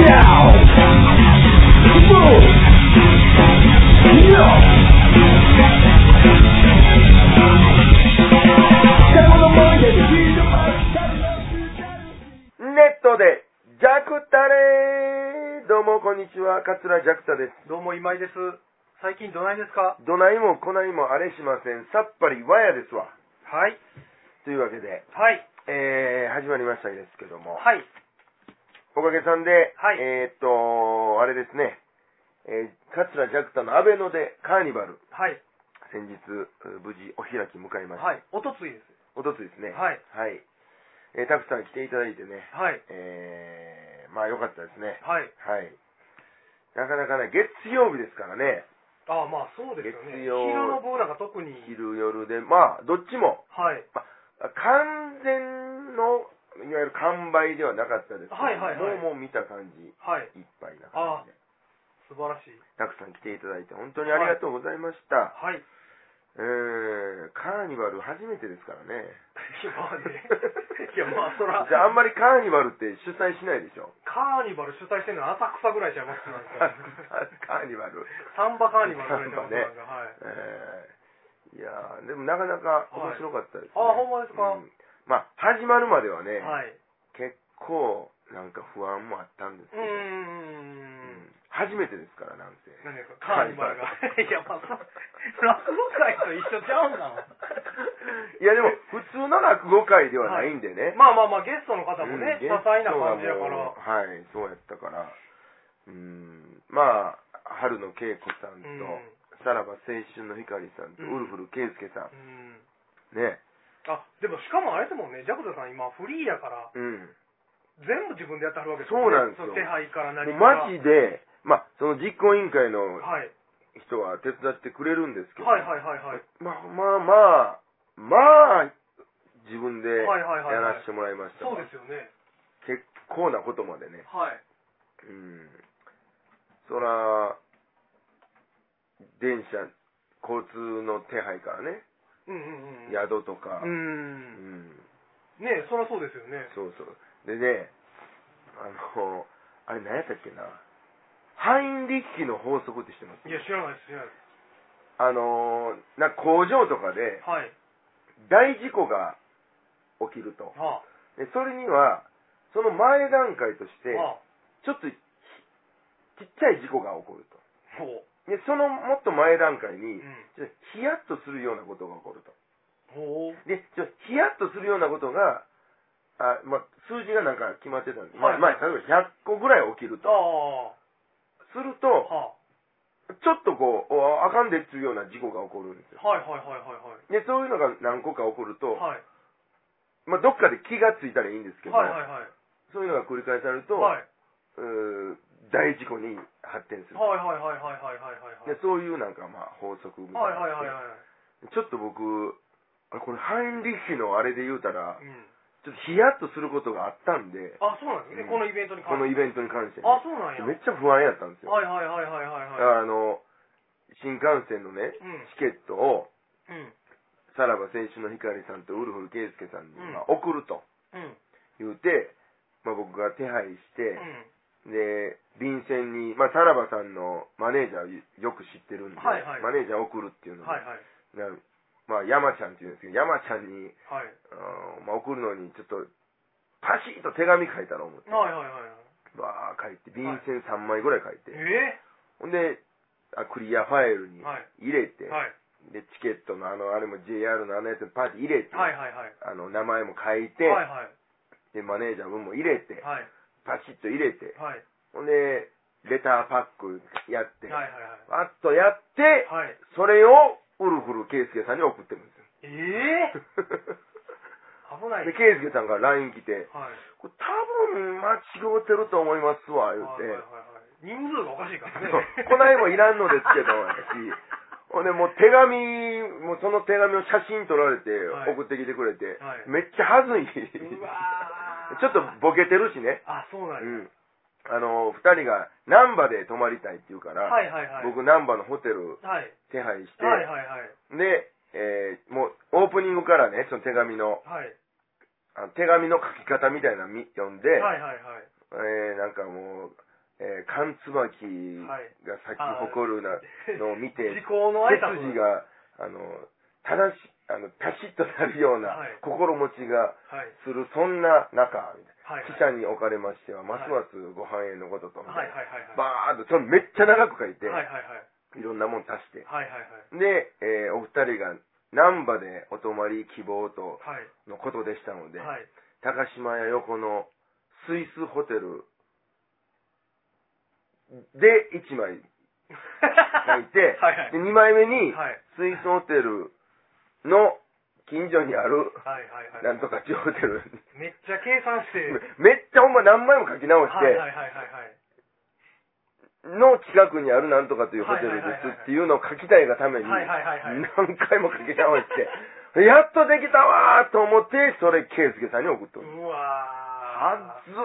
こんにちは、桂ジャクタです。 どうも今井です。最近どないですか？ どないもこないもあれしません。さっぱりわやですわ。 はい。 というわけで、 はい。 始まりましたですけども、 はい。 おかげさんで、 はい。 あれですね、桂ジャクタのアベノでカーニバル、 はい。 先日無事お開き迎えました。 はい。おとついです。 おとついですね。 はい。 はい。たくさん来ていただいてね、 はい。 まあ良かったですね。 はい。 はい。なかなかね、月曜日ですからね。 ああ、まあそうですよね。 月曜昼の部なんか特に。 昼夜で、まあどっちも、 はい。 完全のいわゆる完売ではなかったですけど、 はいはいはい。 もう見た感じ、 はい。 いっぱいな感じで。 素晴らしい。 たくさん来ていただいて本当にありがとうございました。 はい。 カーニバル初めてですからね。 いや、まあね。いや、まあそら。 じゃああんまりカーニバルって主催しないでしょ。 カーニバル主催してるのは浅草ぐらいちゃいますカーニバル。 サンバカーニバルぐらいちゃいますね。 はい。 いやー、でもなかなか面白かったですね。 ああ、ほんまですか、 まあ、始まるまではね、 はい。 結構なんか不安もあったんですけど、初めてですから、なんせ。 何ですか、カーニバルが。いや、まあ、落語会と一緒ちゃうんだもん。 いや、でも、普通の落語会ではないんでね。 まあ、ゲストの方もね、多彩な感じやから。 はい、そうやったから。まあ、春野恵子さんと、さらば青春の光さんと、ウルフル圭介さん。ね。 あ、でもしかもあれですもんね、ジャクタさん今フリーやから、全部自分でやってはるわけですよね。 そうなんですよ。 手配から何から。 マジで、まあ、その実行委員会の人は手伝ってくれるんですけど、まあ、自分でやらせてもらいました。 そうですよね。 結構なことまでね。 はい。 そら、電車、交通の手配からね。宿とか。 ねえ、そりゃそうですよね。 そうそう。でね、あれ何やったっけな。ハインリッヒの法則って知ってます？ いや、知らないです、知らないです。 なんか工場とかで、大事故が起きると。でそれには、その前段階として、ちょっとちっちゃい事故が起こると。でそのもっと前段階に、ヒヤッとするようなことが起こると。で、ヒヤッとするようなことが、数字がなんか決まってたんです。例えば100個ぐらい起きると。すると、ちょっとこう、あかんでっていうような事故が起こるんですよ。で、そういうのが何個か起こると、どっかで気がついたらいいんですけど、そういうのが繰り返されると、大事故に発展する。で、そういうなんか法則みたいな。ちょっと僕、これハインリッヒのあれで言うたら、ちょっとヒヤッとすることがあったんで。 あ、そうなんですね。このイベントに関して。 このイベントに関して、 あ、そうなんや。 めっちゃ不安やったんですよ。新幹線のね、チケットを、さらば青春の光さんとウルフル圭介さんに送ると言うて、僕が手配して、で、便箋に、さらばさんのマネージャーよく知ってるんで、マネージャー送るっていうので、山ちゃんっていうんですけど、山ちゃんに、送るのにちょっと、パシッと手紙書いたら思って。書いて、便箋3枚ぐらい書いて。ほんで、クリアファイルに入れて、で、チケットのあれも JR のやつにパーって入れて、名前も書いて、で、マネージャー分も入れて、パシッと入れて、ほんで、レターパックやって、パッとやって、それをウルフル圭介さんに送ってるんですよ。 危ない。 で、圭介さんが LINE 来て、これ多分間違ってると思いますわ、言うて。 人数がおかしいからね。 こないもいらんのですけど、私。ほんで、もう手紙、その手紙を写真撮られて送ってきてくれて、めっちゃ恥ずい。ちょっとボケてるしね。 あ、そうなんや。 二人が難波で泊まりたいって言うから、僕難波のホテル手配して、で、もうオープニングからね、その手紙の書き方みたいなの読んで、なんかもう、 缶つばきが咲き誇るのを見て、 時効の挨拶背筋が、パシッとなるような心持ちがする、そんな中、記者におかれましては、ますますご繁栄のことと、バーッと、めっちゃ長く書いて、いろんなもん足して、で、お二人が難波でお泊まり希望とのことでしたので、高島屋横のスイスホテルで1枚書いて、で2枚目にスイスホテルの近所にあるなんとか地ホテル、 めっちゃ計算してめっちゃほんま何枚も書き直しての近くにあるなんとかというホテルですっていうのを書きたいがために何回も書き直してやっとできたわーと思ってそれ圭介さんに送っておる。 うわはずっ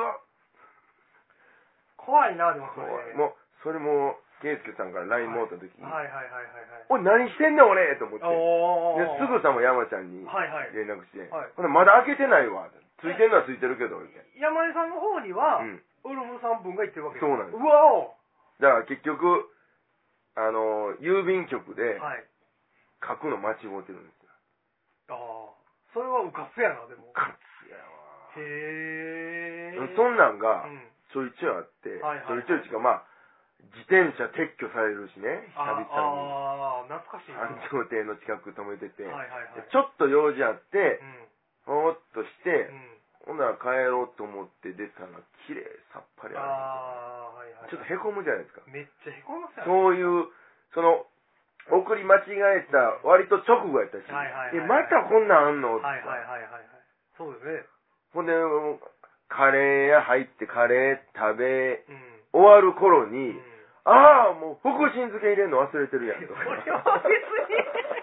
怖いな。でもそれもうそれも圭介さんから LINE もらった時におい何してんねん俺と思ってですぐさも山ちゃんに連絡してほんでまだ開けてないわついてるのはついてるけど山根さんの方にはウルフさん分が言ってるわけです。 そうなんです。 うわおだから結局郵便局で書くの間違うてるんですよ。 ああそれはうかつやな。でもうかつやわ。 へえ。 そんなんがちょいちょいあって、ちょいちょいしかまあ自転車撤去されるしね、久々に。 ああ、懐かしいな。 繁盛亭の近く止めてて、ちょっと用事あって、ぽーっとして、ほんなら帰ろうと思って出たら、綺麗さっぱりある。ちょっとへこむじゃないですか。 めっちゃへこみますよね。 そういう、送り間違えた、割と直後やったし、またこんなんあんのって。 そうですね。 ほんで、カレー屋入ってカレー食べ、終わる頃に、ああ、もう福神漬け入れるの忘れてるやんと。 それは別に。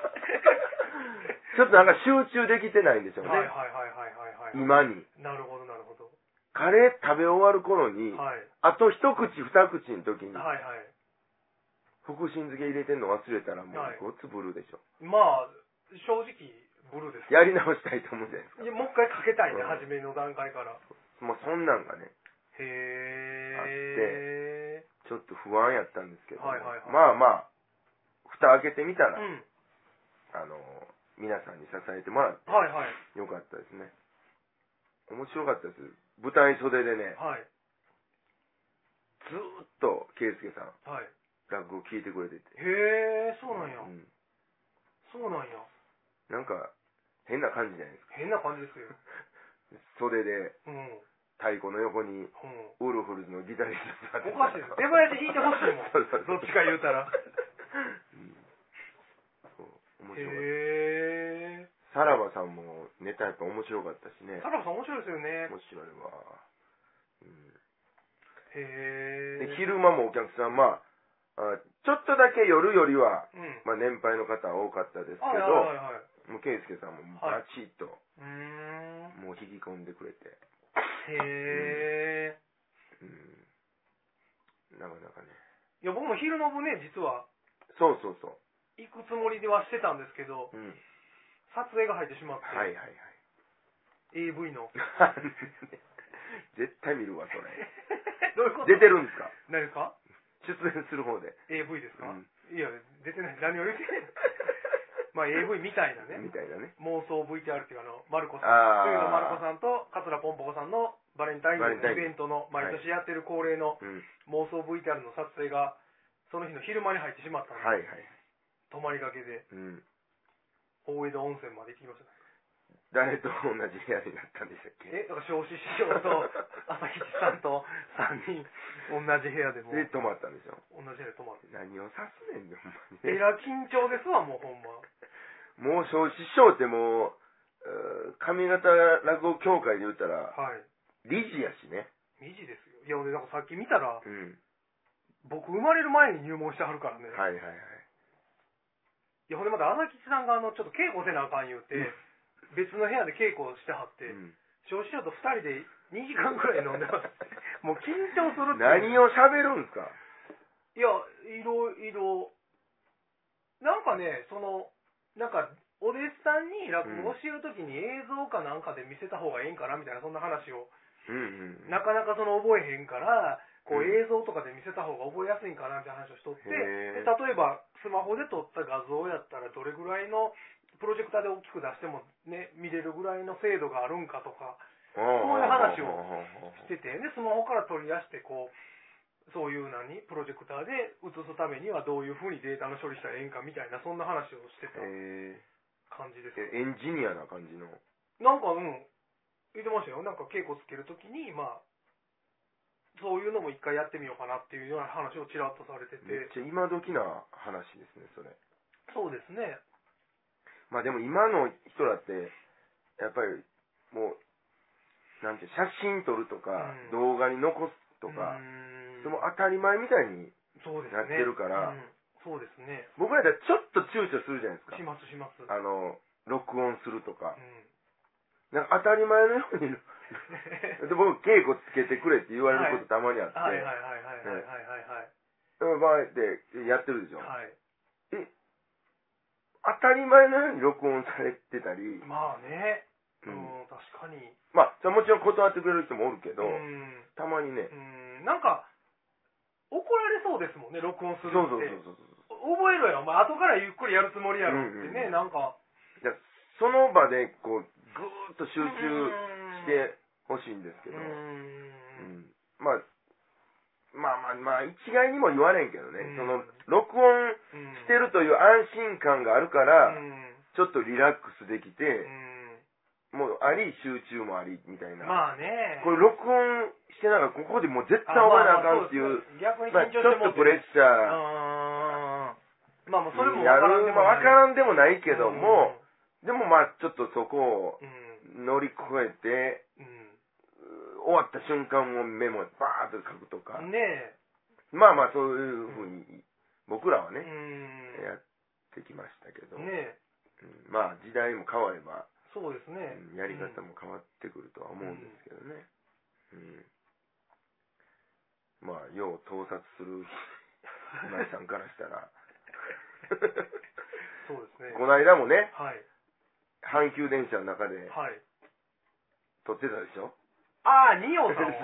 ちょっとなんか集中できてないんでしょうね。今に。 なるほど、なるほど。 カレー食べ終わる頃に、あと一口二口の時に、福神漬け入れてんの忘れたらもうごつブルーでしょ。 まあ、正直ブルーです。 やり直したいと思うじゃないですか。 いや、もう一回かけたいね、初めの段階から。 もうそんなんがね、あって、ちょっと不安やったんですけど、まあまあ、蓋開けてみたら、皆さんに支えてもらって、よかったですね。面白かったです。舞台袖でね、ずーっと圭介さん、落語聞いてくれてて。 へえ、そうなんや。そうなんや。 なんか、変な感じじゃないですか。 変な感じですよ。 袖で、太鼓の横に、ウルフルズのギタリストおかしいです。出囃子弾いてほしいもん。どっちか言うたら。 面白かった。さらばさんもネタやっぱ面白かったしね。 さらばさん面白いですよね。 面白いわ。 へで昼間もお客さん、まあ、ちょっとだけ夜よりは、まあ年配の方多かったですけど、もう圭介さんもバチッと、もう引き込んでくれて。 へえ。 なかなかね。 いや、僕も昼の部ね、実は。 そうそうそう。 行くつもりではしてたんですけど、撮影が入ってしまって。AV の。 絶対見るわ、それ。 どういうこと？ 出てるんですか？ 何ですか？ 出演する方で。 AV ですか？いや、出てない。何を言ってんの？まあ AV みたいなね。妄想 VTR っていうマルコさん。冬のマルコさんと桂ぽんぽこさんのバレンタインのイベントの毎年やってる恒例の妄想 VTR の撮影がその日の昼間に入ってしまったので、泊まりがけで大江戸温泉まで行ってきました。 誰と同じ部屋になったんでしたっけ？ だから彰子師匠と朝吉さんと3人同じ部屋でもで泊まったんでしょ？ 同じ部屋で泊まって。 何を指すねんね、ほんまに。 えら緊張ですわ、もうほんま。 もう彰子師匠ってもう、上方落語協会で言ったら、理事やしね。 理事ですよ。いや、俺なんかさっき見たら、僕生まれる前に入門してはるからね。いや、ほんでまた朝吉さんがちょっと稽古せなあかん言うて、別の部屋で稽古してはって、彰子師匠と2人で2時間くらい飲んでます。もう緊張するって。 何を喋るんですか？ いや、いろいろ、なんかね、なんか、お弟子さんに落語を教えるときに映像かなんかで見せた方がええんかなみたいな、そんな話を。なかなか覚えへんから、 こう映像とかで見せた方が覚えやすいんかなって話をしとって、で例えばスマホで撮った画像やったらどれぐらいのプロジェクターで大きく出してもね見れるぐらいの精度があるんかとか、そういう話をしてて、でスマホから取り出してこうそういうプロジェクターで映すためにはどういうふうにデータの処理したらええんかみたいな、そんな話をしてた感じです。 エンジニアな感じの。 なんか言ってましたよ。なんか稽古つけるときにそういうのも一回やってみようかなっていうような話をちらっとされてて。 めっちゃ今時な話ですね、それ。 そうですね。 まあでも今の人だって、やっぱりもう、なんて写真撮るとか、動画に残すとか、でも当たり前みたいになってるから、 そうですね。 僕らだったらちょっと躊躇するじゃないですか。 します。 録音するとか。なんか当たり前のようにで僕稽古つけてくれって言われることたまにあって、バーってやってるでしょ。当たり前のように録音されてたり。 まあね。確かに。 まあもちろん断ってくれる人もおるけど、たまにね。 なんか怒られそうですもんね、録音するって。 そう。 覚えろよ、後からゆっくりやるつもりやろってね、なんか。 その場でこうぐーっと集中してほしいんですけど、まあ一概にも言われんけどね、その録音してるという安心感があるから、ちょっとリラックスできて、もうあり集中もありみたいな。 まあね。 これ録音してながらここでもう絶対覚えなあかんっていう、 逆に緊張してちょっとプレッシャー。 まあそれもやる、わからんでもないけども、でもちょっとそこを乗り越えて、終わった瞬間をメモバーッと書くとか。 ねえ。 まあそういうふうに僕らはね、やってきましたけど。 ねえ。 まあ時代も変われば、 そうですね。 やり方も変わってくるとは思うんですけどね。まあ世を盗撮する今井さんからしたら。 そうですね。 この間もね、 阪急電車の中で撮ってたでしょ。 ニオさんを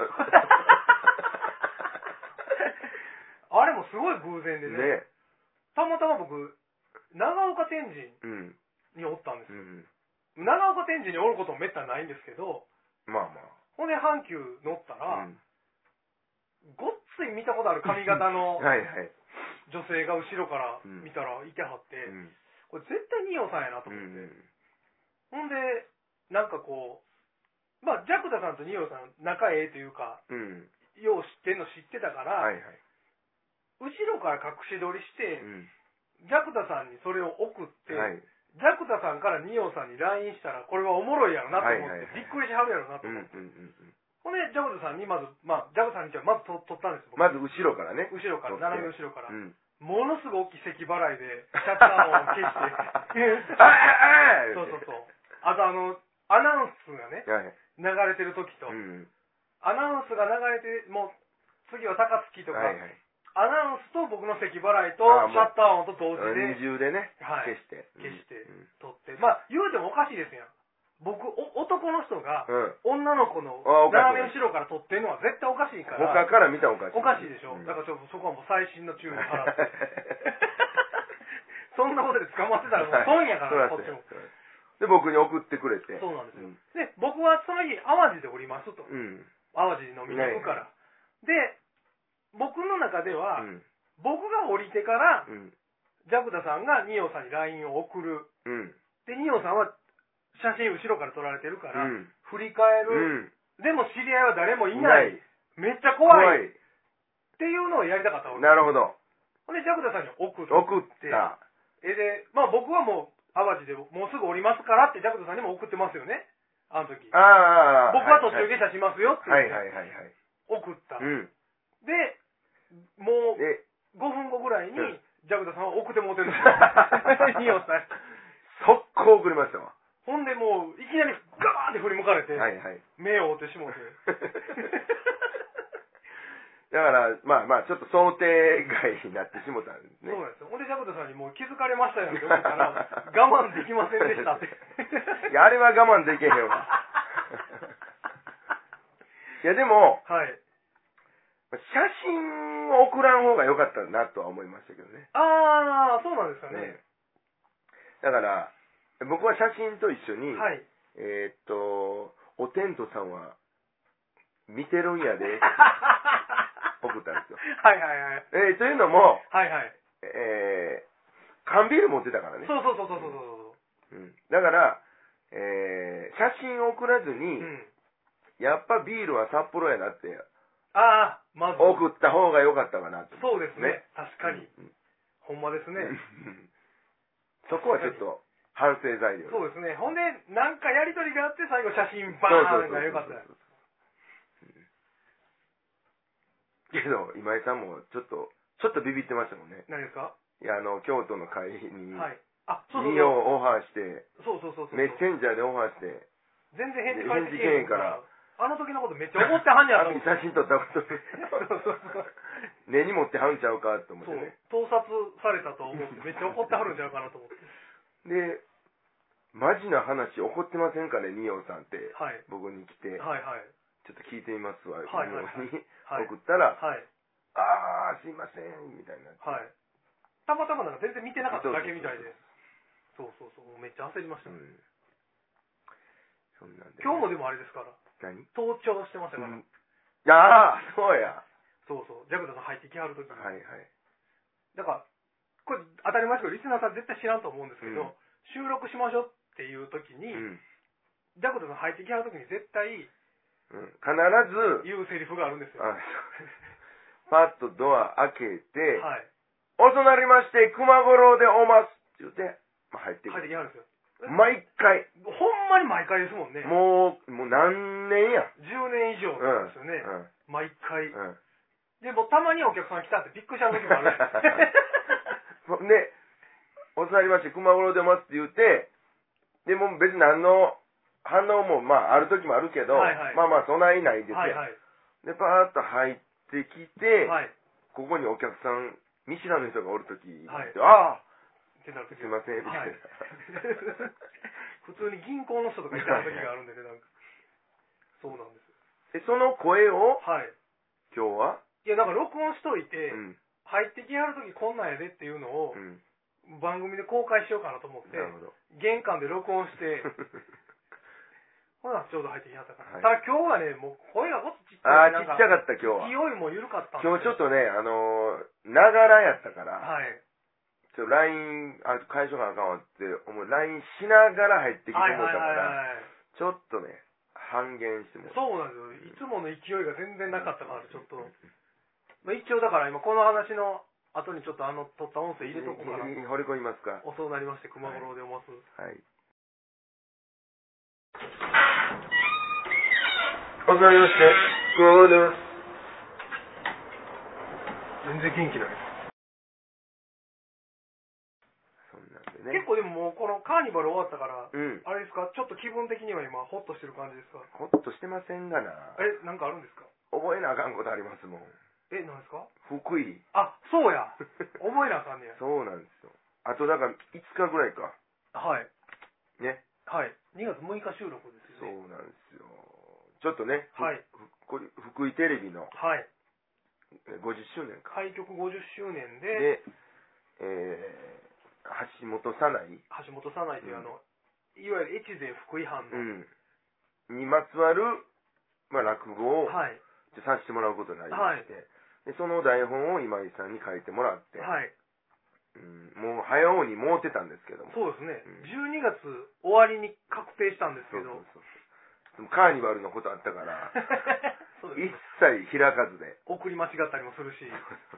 あれもすごい偶然でね。たまたま僕、長岡天神におったんですよ。長岡天神におることもめったにないんですけど、ほんで阪急乗ったら、ごっつい見たことある髪型の女性が後ろから見たらいてはって、これ絶対ニオさんやなと思って。ほんで、なんかこう、ジャクダさんとニオさん仲ええというか、よう知ってんの知ってたから、後ろから隠し撮りして、ジャクダさんにそれを送って、ジャクダさんからニオさんに LINE したら、これはおもろいやろなと思って、びっくりしはるやろなと思って。ほんで、ジャクダさんにまず、ジャクダさんにまず撮ったんですよ。 まず後ろからね。 後ろから、斜め後ろから。ものすごい大きい咳払いで、シャッターを消して。そう。あとアナウンスがね、流れてる時と、アナウンスが流れて、もう、次は高槻とか、アナウンスと僕の咳払いと、シャッター音と同時で、 二重でね、消して、 撮って。言うてもおかしいですやん。僕、男の人が、女の子の斜め後ろから撮ってるのは絶対おかしいから。 他から見たらおかしい。 おかしいでしょ。だからちょっとそこはもう細心の注意を払って。そんなことで捕まってたらもう損やから、こっちも。 で、僕に送ってくれて。 そうなんですよ。で、僕はその日、淡路で降りますと。淡路に飲みに行くから。で、僕の中では、僕が降りてから、ジャクダさんがニオさんに LINE を送る。で、ニオさんは写真後ろから撮られてるから、振り返る。でも知り合いは誰もいない。めっちゃ怖い。っていうのをやりたかったわけ。 なるほど。 ほんで、ジャクダさんに送って。で、僕はもう、淡路でもうすぐ降りますからってジャクダさんにも送ってますよね。あの時。僕は途中下車しますよって送った。で、もう5分後ぐらいにジャクダさんは送ってもうてるんですよ。ニオさん。 速攻送りましたわ。 ほんでもういきなりガーンって振り向かれて、目を追ってしもうて。 だから、ちょっと想定外になってしもたんですね。 そうなんですよ。ほんで、ジャクダさんにもう気づかれましたよって言ったら、我慢できませんでしたって。 いや、あれは我慢できへんわ。いや、でも、 写真を送らん方が良かったなとは思いましたけどね。 ああ、そうなんですかね。 だから、僕は写真と一緒に、 はい。 おテントさんは見てるんやで、送ったんですよ。 はいはいはい。 というのも、 はいはい。 缶ビール持ってたからね。 そうそうそうそうそう。 だから、写真を送らずに、やっぱビールは札幌やなって、 まず。 送った方が良かったかなと。 そうですね。確かに。ほんまですね。 そこはちょっと反省材料。 そうですね。ほんで、なんかやりとりがあって最後写真バーンが良かった。 けど、今井さんもちょっとビビってましたもんね。 何ですか？ いや、京都の会に、 はい。 2をオファーして、 そう。 メッセンジャーでオファーして、 全然返事返ってけへんから。 あの時のことめっちゃ怒ってはんやと思って。 写真撮ったことで。根に持ってはんちゃうかと思ってね。 盗撮されたと思ってめっちゃ怒ってはるんちゃうかなと思って。 で、マジな話怒ってませんかね、ニオさんって、僕に来て、ちょっと聞いてみますわ、ニオに送ったら、すいません、みたいな。 たまたまなんか全然見てなかっただけみたいで。そう、めっちゃ焦りました。今日もでもあれですから。盗聴してましたから。 そうや。 そう、ジャクダさん入ってきはるときに。 はい。 だから、これ当たり前ですけど、リスナーさん絶対知らんと思うんですけど、収録しましょうっていうときに、ジャクダさん入ってきはるときに絶対、 必ず言うセリフがあるんですよ。 パッとドア開けて、遅なりまして、熊五郎でおますって言って、入ってきはるんですよ。毎回。 ほんまに毎回ですもんね。 もう何年や。 10年以上ですよね。毎回。で、もうたまにお客さん来たってびっくりした時もある。 で、遅なりまして、熊五郎でますって言って、でも別に何の反応もある時もあるけど、そないないですよ。で、パーッと入ってきて、ここにお客さん、見知らぬ人がおる時すいません、みたいな。 普通に銀行の人とかいた時があるんでね、なんか。そうなんです。 その声を、今日は？ いや、だから録音しといて、入ってきはる時こんなんやでっていうのを、番組で公開しようかなと思って、玄関で録音して、ほら、ちょうど入ってきはったから。ただ今日はね、もう声がごつちっちゃい。 ちっちゃかった今日は。 勢いも緩かったんで。 今日ちょっとね、ながらやったから、LINE、返しようかなあかんわって思う。LINE しながら入ってきてもうたから、ちょっとね、半減してもそうなんですよ。いつもの勢いが全然なかったから、ちょっと。一応だから今この話の後にちょっと撮った音声入れとこうかな。 掘り込みますか。 遅なりまして、熊五郎でおます。 はい。遅なりまして、熊五郎でおます。 全然元気ないです。結構でももうこのカーニバル終わったから、あれですか、ちょっと気分的には今ホッとしてる感じですか？ ホッとしてませんがな。 なんかあるんですか？ 覚えなあかんことありますもん。 なんですか？ 福井。 そうや。覚えなあかんねや。 そうなんですよ。あとだから5日ぐらいか。 はい。 ね。 はい。2月6日収録ですよね。 そうなんですよ。ちょっとね、福井テレビの50周年か。 開局50周年で、 橋本早苗といういわゆる越前福井藩の、 にまつわる、落語をさせてもらうことになりまして、でその台本を今井さんに書いてもらって、もう早うにもうてたんですけども。 そうですね。12月終わりに確定したんですけど。 カーニバルのことあったから、一切開かずで。 送り間違ったりもするし。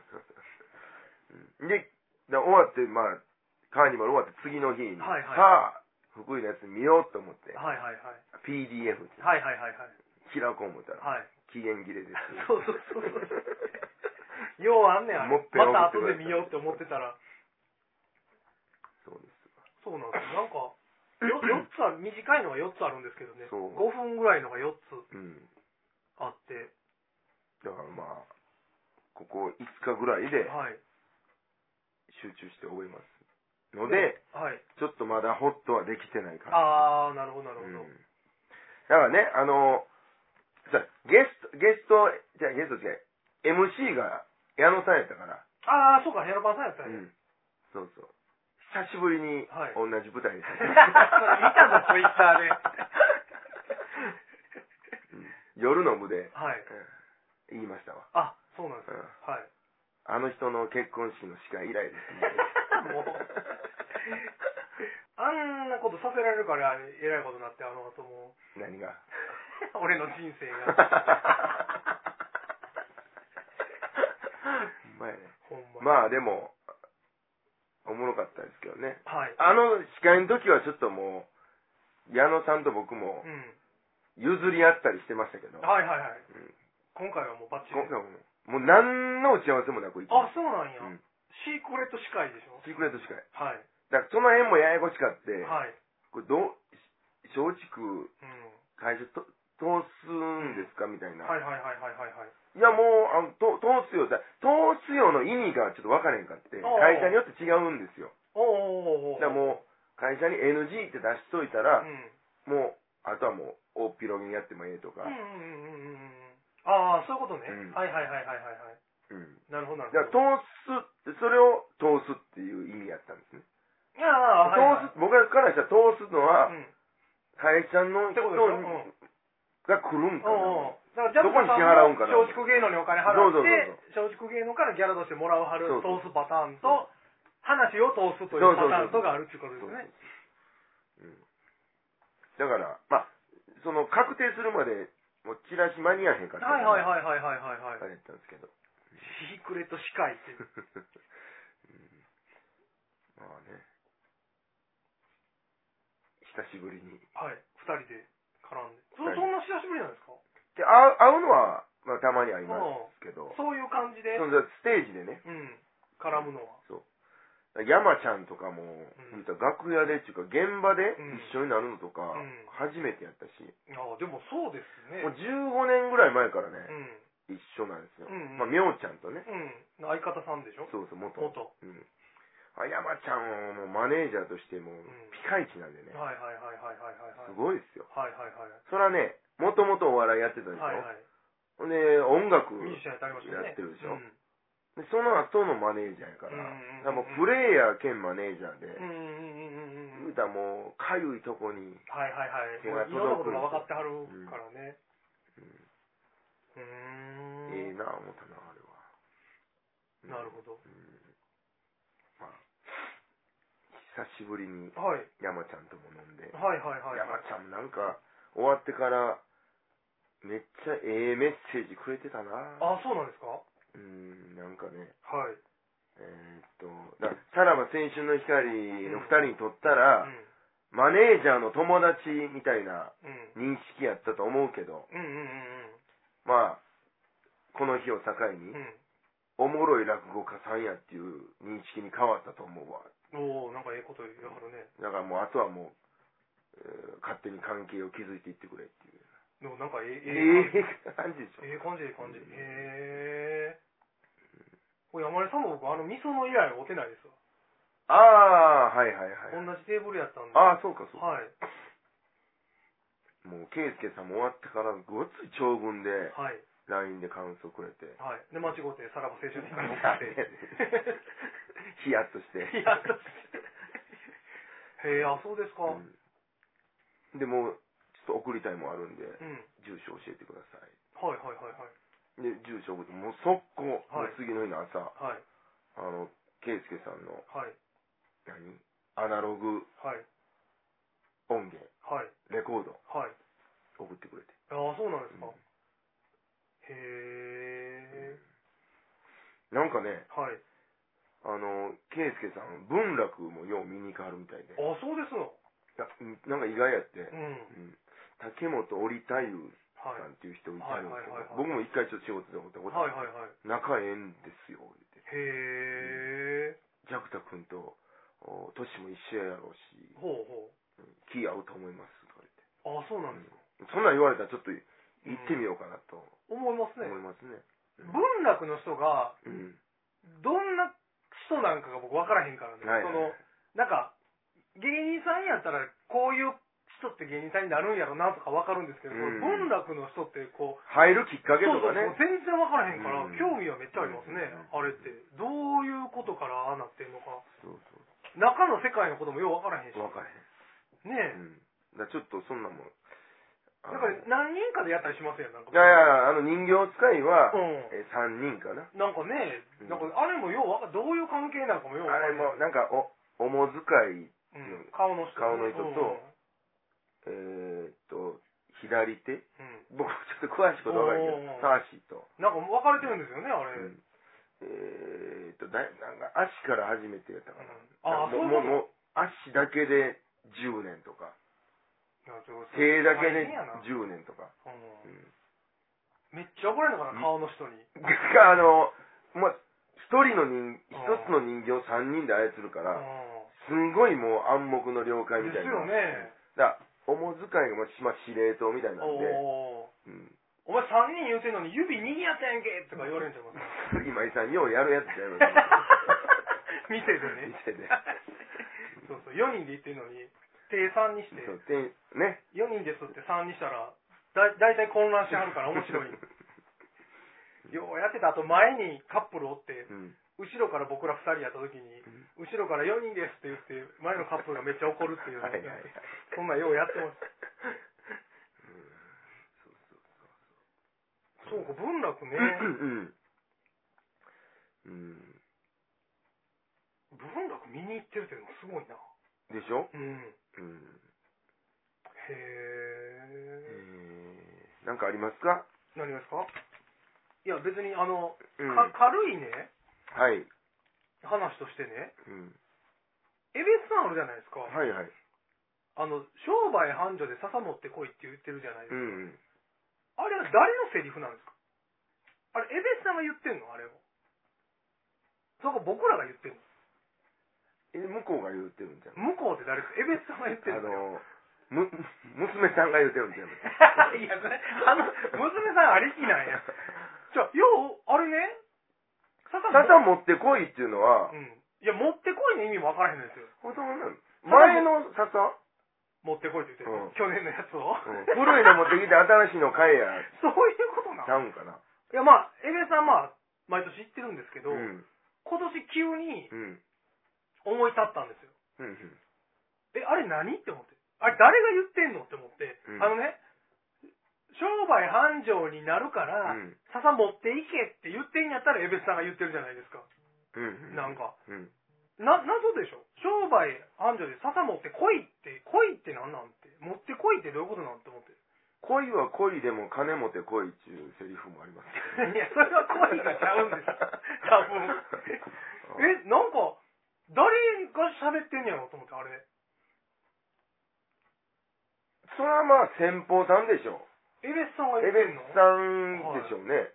で、終わって、カーニバル終わって次の日に、さあ、福井のやつ見ようと思って、PDF って、開こう思ったら、期限切れです。 そう。ようあんねん、あれ。また後で見ようって思ってたら。 そうです。 そうなんですよ。なんか、4つは、短いのが4つあるんですけどね。5分ぐらいのが4つあって。 だからここ5日ぐらいで、集中して覚えます。ので、ちょっとまだホッとはできてない感じ。 なるほど。だからね、ゲスト違う、 MC が矢野さんやったから。 ああ、そうか、ヘロパンさんやったね。 そうそう。久しぶりに同じ舞台で。 見たぞ、ツイッターで。 夜の部で、言いましたわ。 あ、そうなんですか。はい。 あの人の結婚式の司会以来ですね。もう。 あんなことさせられるからえらいことになって、あの後も。 何が俺の人生が。 ほんまやね。まあでも、おもろかったですけどね。 はい。 あの司会の時はちょっともう、矢野さんと僕も、譲り合ったりしてましたけど。 はいはいはい。今回はもうバッチリ。 今回はもう何の打ち合わせもなく行きました。あ、そうなんや。シークレット司会でしょ。 シークレット司会。 はい。 だからその辺もややこしかって、 はい。 これ松竹、会社通すんですかみたいな。 はいはいはいはいはい。 いやもう、通すよの意味がちょっと分からへんかって、会社によって違うんですよ。だからもう、会社に NG って出しといたら、もう、あとはもう、大っぴろげにやってもええとか。 ああ、そういうことね。はいはいはいはいはい。なるほどなるほど。 だからそれを通すっていう意味やったんですね。 ああ、 僕からしたら通すのは、会社の人が来るんかな。 どこに支払うんかな。 松竹芸能にお金払って、松竹芸能からギャラとしてもらうはる通すパターンと、話を通すというパターンとがあるっていうことですね。 だから、まあ、その確定するまで、もうチラシ間に合えへんかった。 はいはいはいはいはいはい。 あれやったんですけど。 シークレット司会って。 まあね。久しぶりに。 はい。二人で絡んで。そんな久しぶりなんですか？ で、会うのは、まあ、たまに会いますけど。 そういう感じで。 ステージでね。 絡むのは。 そう。山ちゃんとかも、楽屋でっていうか、現場で一緒になるのとか、初めてやったし。 ああ、でもそうですね。 もう15年ぐらい前からね、一緒なんですよ。まあ、みょうちゃんとね。 相方さんでしょ？ そうそう、元。山ちゃんはもうマネージャーとしてもピカイチなんでね。 はいはいはいはいはいはい。 すごいですよ。 はいはいはい。 それはね、もともとお笑いやってたでしょ。はいはい。ほんで、音楽やってるでしょ。でその後のマネージャーやから、もうプレイヤー兼マネージャーで、言うたらもう、かゆいとこにはいはいはい。 手が届く。 いろんなことが分かってはるからね。 ええな思ったな、あれは。なるほど。 まあ、久しぶりに山ちゃんとも飲んで、 はいはいはい。 山ちゃんなんか終わってからめっちゃええメッセージくれてたな。 あ、そうなんですか？ なんかね。 はい。 さらば青春の光の二人にとったら、マネージャーの友達みたいな認識やったと思うけど、まあ、この日を境に、おもろい落語家さんやっていう認識に変わったと思うわ。 おー、なんかええこと言うはるね。 だからもう、あとはもう、勝手に関係を築いていってくれっていう。 でもなんかええ感じでしょ。 ええ感じ。へえ。これ山根さんも僕味噌の以来会うてないですわ。 ああ、はいはいはい。 同じテーブルやったんで。 ああ、そうかそうか。 はい。 もう、圭介さんも終わってからごっつい長文で、 はい。 LINE で感想くれて。 はい。で、間違ってさらば青春の光送って。 ヒヤッとして。 ヒヤッとして。へえ、あ、そうですか。 でも、ちょっと送りたいもあるんで、住所教えてください。 はいはいはいはい。 で、住所送って、もう速攻、次の日の朝、圭介さんの、アナログ、音源、レコード、送ってくれて。 ああ、そうなんですか。へえ。 なんかね、圭介さん、文楽もよう見に行かはるみたいで。 あ、そうですの。 なんか意外やって、竹本織太夫さんっていう人いたんですけど、僕も一回ちょっと仕事で会ったことあって、仲ええんですよ、言って。 へえ。 ジャクタ君と、年も一緒やろうし、気合うと思います、とか言って。あ、そうなんですか。 そんなん言われたらちょっと行ってみようかなと。 思いますね。 思いますね。 文楽の人が、どんな人なんかが僕分からへんからね。なんか、芸人さんやったら、こういう人って芸人さんになるんやろなとか分かるんですけど、文楽の人ってこう入るきっかけとかね、 そう全然分からへんから、興味はめっちゃありますね、あれってどういうことからああなってんのか、中の世界のこともよう分からへんし、 分からへんねえ、だちょっとそんなもんだから何人かでやったりしますよ、なんか。 いやいや、人形使いは、3人かな。 なんかね、なんかあれもようどういう関係なのかもよう分からあれも、なんか、おもづかい、 顔の人と、左手、僕ちょっと詳しいこと分からないけど、ターシーと。 なんか分かれてるんですよね、あれ。 なんか足から始めてやったかな。 そういうこともう、足だけで10年とか。手だけで10年とか。 めっちゃ怒られるのかな、顔の人に。 まあ、一つの人形を3人で操るから、すんごいもう暗黙の了解みたいな。 ですよね。 おもづかいが司令塔みたいなんで。 お前3人言うてんのに指2やったやんけとか言われんちゃいます。 今井さんようやるやつちゃいます。 店でね。 店で。 そうそう、4人で行ってるのに、手3にして、 ね、 4人ですって3にしたら、だいたい混乱してはるから面白い。ようやってた後前にカップルおって、後ろから僕ら2人やった時に、後ろから4人ですって言って、前のカップルがめっちゃ怒るっていう、そんなんようやってます。そうか、文楽ね。文楽見に行ってるっていうのもすごいな。 でしょ？ へえ。 なんかありますか？ 何がですか？いや別に軽いね、 はい、 話としてね、エベスさんあるじゃないですか。 はいはい。 商売繁盛で笹持ってこいって言ってるじゃないですか。あれは誰のセリフなんですか？あれエベスさんが言ってんの？あれを。そこ僕らが言ってんの？ 向こうが言ってるんじゃん。 向こうって誰ですか？エベスさんが言ってるの？ 娘さんが言ってるんじゃん。 いや、娘さんありきなんや。あれね、 笹持ってこいっていうのは、 いや、持ってこいの意味も分からへんんですよ。 前の笹持ってこいって言ってる、去年のやつを。 古いの持ってきて新しいの買えや。 そういうことなの？ ちゃうんかな。 いや、まあ、エベさん毎年行ってるんですけど、今年急に思い立ったんですよ。あれ何って思って。あれ誰が言ってんのって思って。商売繁盛になるから、笹持っていけって言ってんやったら、エベスさんが言ってるじゃないですか。なんか。謎でしょ？商売繁盛で笹持って来いって何なんて。持ってこいってどういうことなんて思って。 恋は恋でも金持てこいっていうセリフもあります、 いや、それは恋がちゃうんです。多分。なんか、誰が喋ってんやろと思って、あれ。 それはまあ先方さんでしょ。 エベスさんが言ってんの？ エベスさんでしょうね。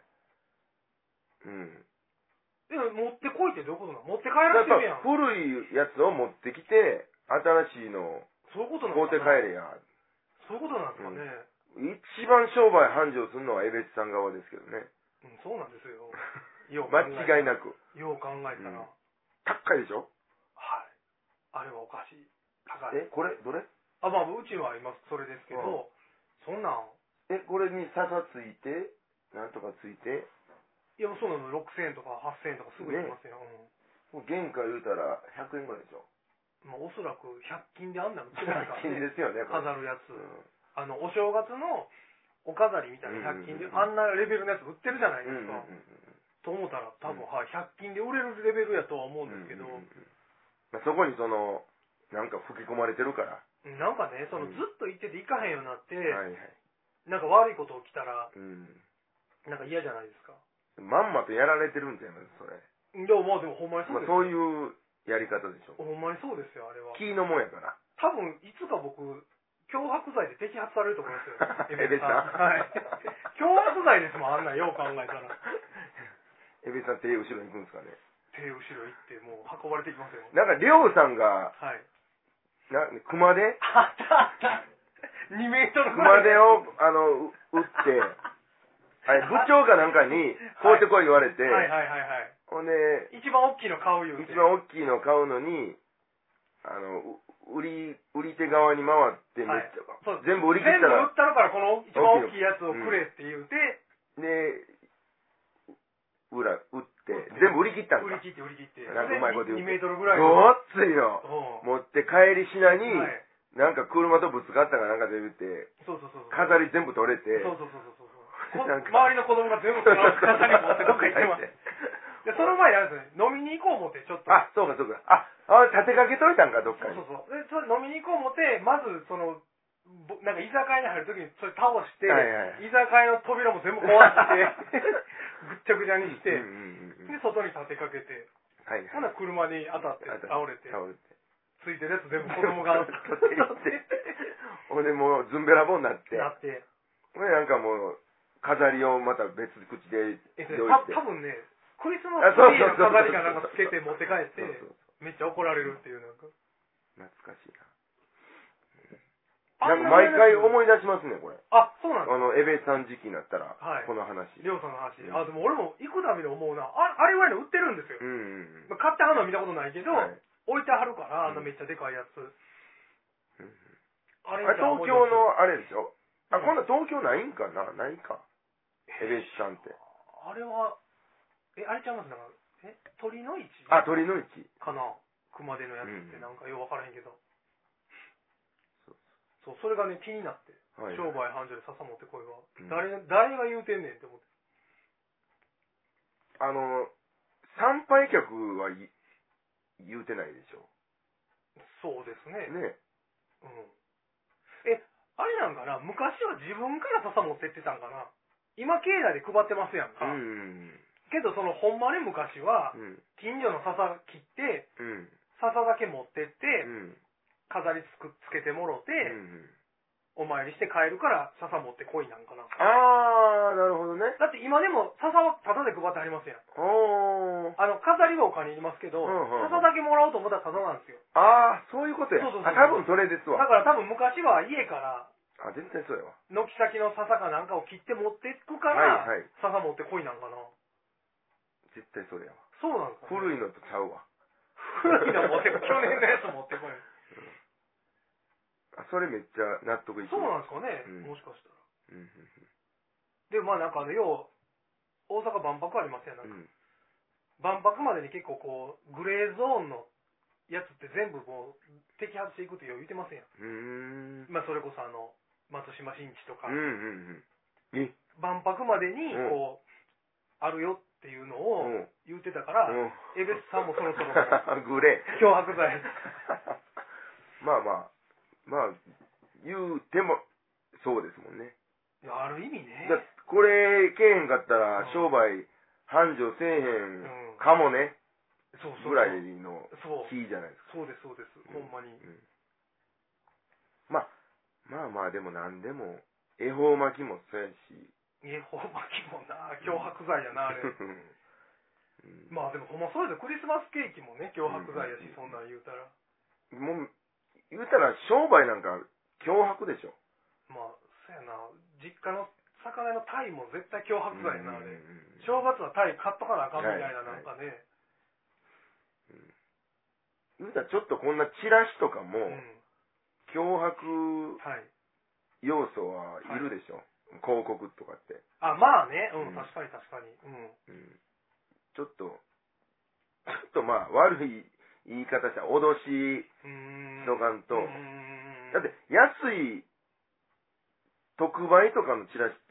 持ってこいってどういうことなの？持って帰らせてるやん。 古いやつを持ってきて、新しいのを買うて帰れや。 そういうことなんですかね。 一番商売繁盛するのはエベスさん側ですけどね。 そうなんですよ。 間違いなく。 よう考えたら。 高いでしょ？ はい。あれはおかしい。高い。 これどれ？ まあ、うちは今それですけど、そんなん。 これに笹ついて、なんとかついて。 いや、そうなの、6000円とか8000円とかすぐいきますよ。 原価言うたら100円ぐらいでしょ。 まあ、おそらく100均であんなの違うから 100均ですよね。 飾るやつ。お正月のお飾りみたいな100均であんなレベルのやつ売ってるじゃないですか。と思ったら多分、100均で売れるレベルやとは思うんですけど。 そこになんか吹き込まれてるから。 なんかね、ずっと行ってて行かへんようになって、なんか悪いこと起きたら、なんか嫌じゃないですか。 まんまとやられてるんちゃいます、それ。 でもほんまにそうですよ。 そういうやり方でしょ。 ほんまにそうですよ、あれは。 気のもんやから。 多分、いつか僕、脅迫罪で摘発されると思いますよ。 エベさん。 はい。脅迫罪ですもん、あんなんよう考えたら。 エベさん手後ろに行くんですかね。 手後ろ行って、もう運ばれてきますよ。 なんか、りょうさんが、熊手あった2メートルぐらい。熊手を、打って、部長かなんかに、買うてこい言われて、ほんで、 一番大きいの買うよ。 一番大きいの買うのに、 売り手側に回ってめっちゃ、全部売り切ったら。 全部売ったのからこの一番大きいやつをくれって言うて、 で、売って、全部売り切ったんだ。 売り切って。 なんかうまいこと言うて。 2メートルぐらい。 ごっついの。持って帰りしなに、なんか車とぶつかったかなんかで言って、飾り全部取れて、 周りの子供が全部飾り持ってどっか行ってます。で、その前にあるんですね、飲みに行こう思って、ちょっと。 あ、そうか。立てかけといたんか、どっかに。 で、それ飲みに行こう思って、まず、なんか居酒屋に入るときにそれ倒して、居酒屋の扉も全部壊してぐっちゃぐちゃにして、で外に立てかけて、ほな車に当たって倒れてついてるやつ全部子供が取ってほんでもうズンベラボンになってほんでなんかもう飾りをまた別口で用意して、多分ねクリスマスツリーの飾りがなんかつけて持って帰ってめっちゃ怒られるっていう、なんか懐かしいな。なんか毎回思い出しますね、これ。 あ、そうなんですか。 エベさん時期になったら、この話。 りょうさんの話。でも俺も行くたびに思うな。あれぐらいの売ってるんですよ。買ってはるのは見たことないけど、置いてはるから、あんなめっちゃでかいやつ。 あれ東京のあれでしょ。今度東京ないんかな、ないか。エベさんって。 あれは、あれちゃいます鳥の市鳥の市。 かな。熊手のやつってなんかようわからへんけど。そう、それがね、気になって。商売繁盛で笹持ってこいは。誰が言うてんねんって思って。 参拝客は言うてないでしょ。 そうですね。 ね。 あれなんかな、昔は自分から笹持ってってたんかな。今、境内で配ってますやんか。けど、ほんまに昔は、近所の笹切って、笹だけ持ってって、飾りつけてもろて、お参りして帰るから笹持ってこいなんかな。 なるほどね。 だって今でも笹はタダで配ってありますやん。飾りはお金いりますけど、笹だけもらおうと思ったらタダなんですよ。 そういうことや。多分それですわ。 だから多分昔は家から、 絶対そうやわ。 軒先の笹かなんかを切って持っていくから、笹持ってこいなんかな。 絶対それやわ。 そうなんですか、 古いのとちゃうわ。 古いの持ってこい。去年のやつ持ってこい。 それめっちゃ納得いく。 そうなんですかね、もしかしたら。で、まあなんか大阪万博ありますやん、なんか。万博までに結構こう、グレーゾーンのやつって全部こう、摘発していくって言うてますやん。まあそれこそ松島新地とか。万博までにこう、あるよっていうのを言うてたから、江別さんもそろそろグレー。 脅迫罪。 まあ、言うても、そうですもんね。 いや、ある意味ね。 これ、けえへんかったら、商売繁盛せえへんかもね。ぐらいの日じゃないですか。 そうです、そうです。ほんまに。 まあ、でも何でも、恵方巻きもそうやし。 恵方巻きもな、脅迫罪やな、あれ。まあでもほんまそうですよ。クリスマスケーキもね、脅迫罪やし、そんなん言うたら。 もう、言うたら商売なんか脅迫でしょ。 まあ、そうやな。実家の魚のタイも絶対脅迫罪やな、あれ。正月はタイ買っとかなあかんみたいな、なんかね。 言うたらちょっとこんなチラシとかも、脅迫要素はいるでしょ。広告とかって。 まあね。確かに確かに。 ちょっとまあ、悪い言い方したら脅しとかんと、だって安い特売とかのチラシって、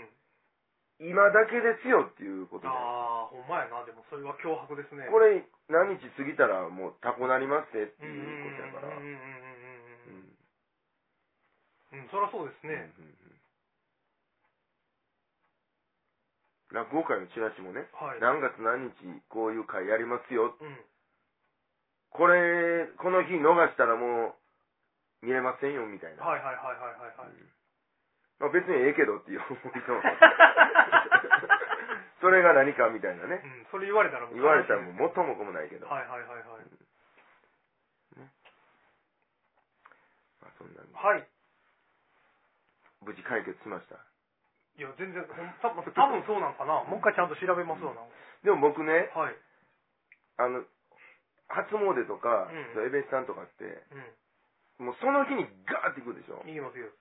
今だけですよっていうことで。 ほんまやな。でもそれは脅迫ですね。 これ何日過ぎたらもうタコなりますっていうことやから。 そりゃそうですね。 落語会のチラシもね、何月何日こういう会やりますよ。この日逃したらもう見れませんよみたいな。別にええけどっていう思いと。それが何かみたいなね。 それ言われたらもう元も子もないけど。そんなんで。無事解決しました。 いや、全然、多分そうなんかな。もう一回ちゃんと調べますわな。 でも僕ね、初詣とか、エベスさんとかって、 もうその日にガーって行くでしょ。 行きますよ。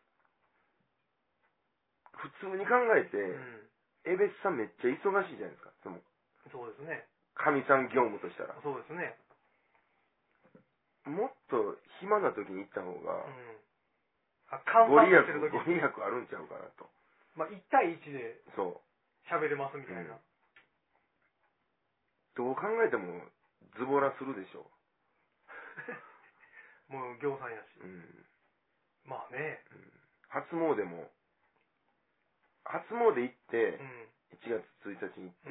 普通に考えて、江別さんめっちゃ忙しいじゃないですか。 そうですね。 かみさん業務としたら。 そうですね。 もっと暇な時に行った方が、 ご利益あるんちゃうかなと。 まあ、1対1で喋れますみたいな。 どう考えてもズボラするでしょう。もう行さんやし。まあね。 初詣行って、1月1日に行って、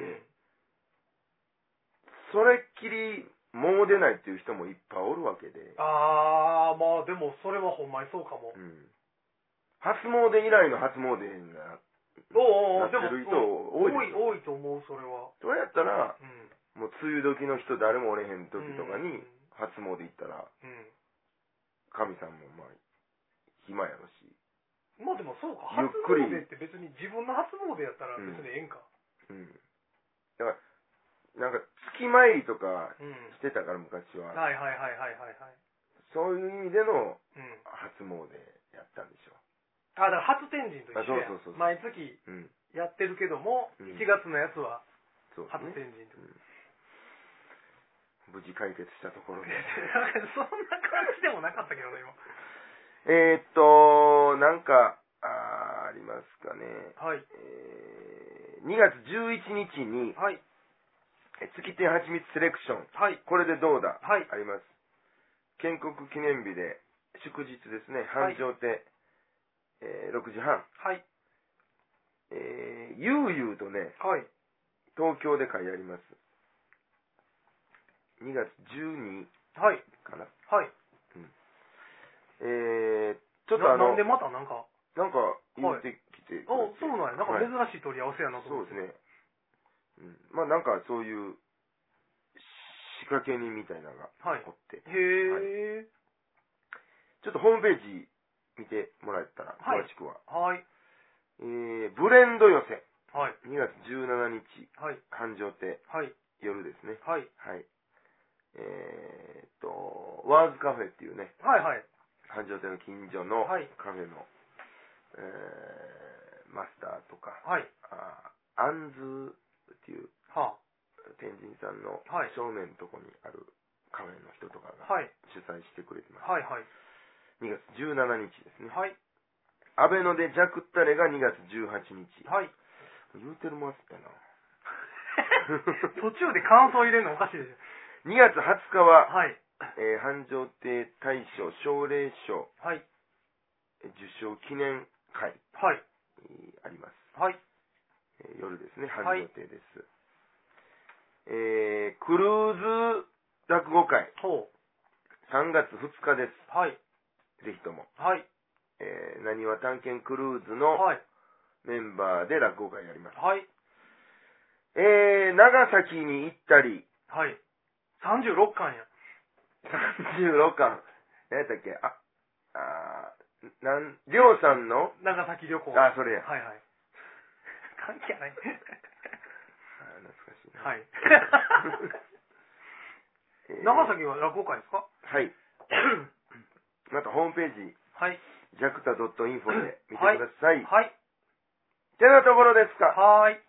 それっきりもう出ないっていう人もいっぱいおるわけで。 まあでもそれはほんまにそうかも。 初詣以来の初詣になってる人多いと思う、それは。 それやったら、もう梅雨時の人誰もおれへん時とかに初詣行ったら、神さんもまあ暇やろし。 まあでもそうか、初詣って別に自分の初詣やったら別にええんか。 だからなんか月参りとかしてたから昔は。そういう意味での初詣やったんでしょう。 だから初天神と一緒や。毎月やってるけども、1月のやつは初天神と。 無事解決したところで。 そんな感じでもなかったけどね、今。 なんか、ありますかね。 はい。 2月11日に、 はい。 月亭はちみつセレクション。 はい。 これでどうだ。 はい。 あります。建国記念日で、祝日ですね。繁盛亭。6時半。 はい。 ゆうゆうとね、 はい。 東京で会やります。2月12かな。 はい。 ちょっとなんでまたなんか言ってきて。 そうなんや。なんか珍しい取り合わせやなと思って。 そうですね。まあなんかそういう仕掛け人みたいなのがおって。 へえ。 ちょっとホームページ見てもらえたら、詳しくは。 はい。 ブレンド寄せ。 はい。 2月17日。 はい。 繁盛亭。 はい。 夜ですね。 はい。 はい。ワーズカフェっていうね。 はいはい。 繁盛亭の近所のカフェの、マスターとか。 はい。 アンズっていう、天神さんの正面のとこにあるカフェの人とかが主催してくれてます。 はいはい。 2月17日ですね。 はい。 アベノでジャクったれが2月18日。 はい。 言うてるもんやったな。 途中で感想入れるのおかしいでしょ。 2月20日は、 はい。 繁盛亭大賞奨励賞、 はい。 受賞記念会、 はい。 あります。 はい。 夜ですね、繁盛亭です。クルーズ落語会、3月2日です。 はい。 ぜひとも。 はい。 なにわ探検クルーズのメンバーで落語会やります。 はい。 長崎に行ったり。 はい。36巻や。 36巻。何やったっけりょうさんの長崎旅行。 それや。 はいはい。関係ない。 懐かしいな。 はい。長崎は落語会ですか？ はい。またホームページ、 はい。 JACTA.info で見てください。 はい。 てなところですか？ はい。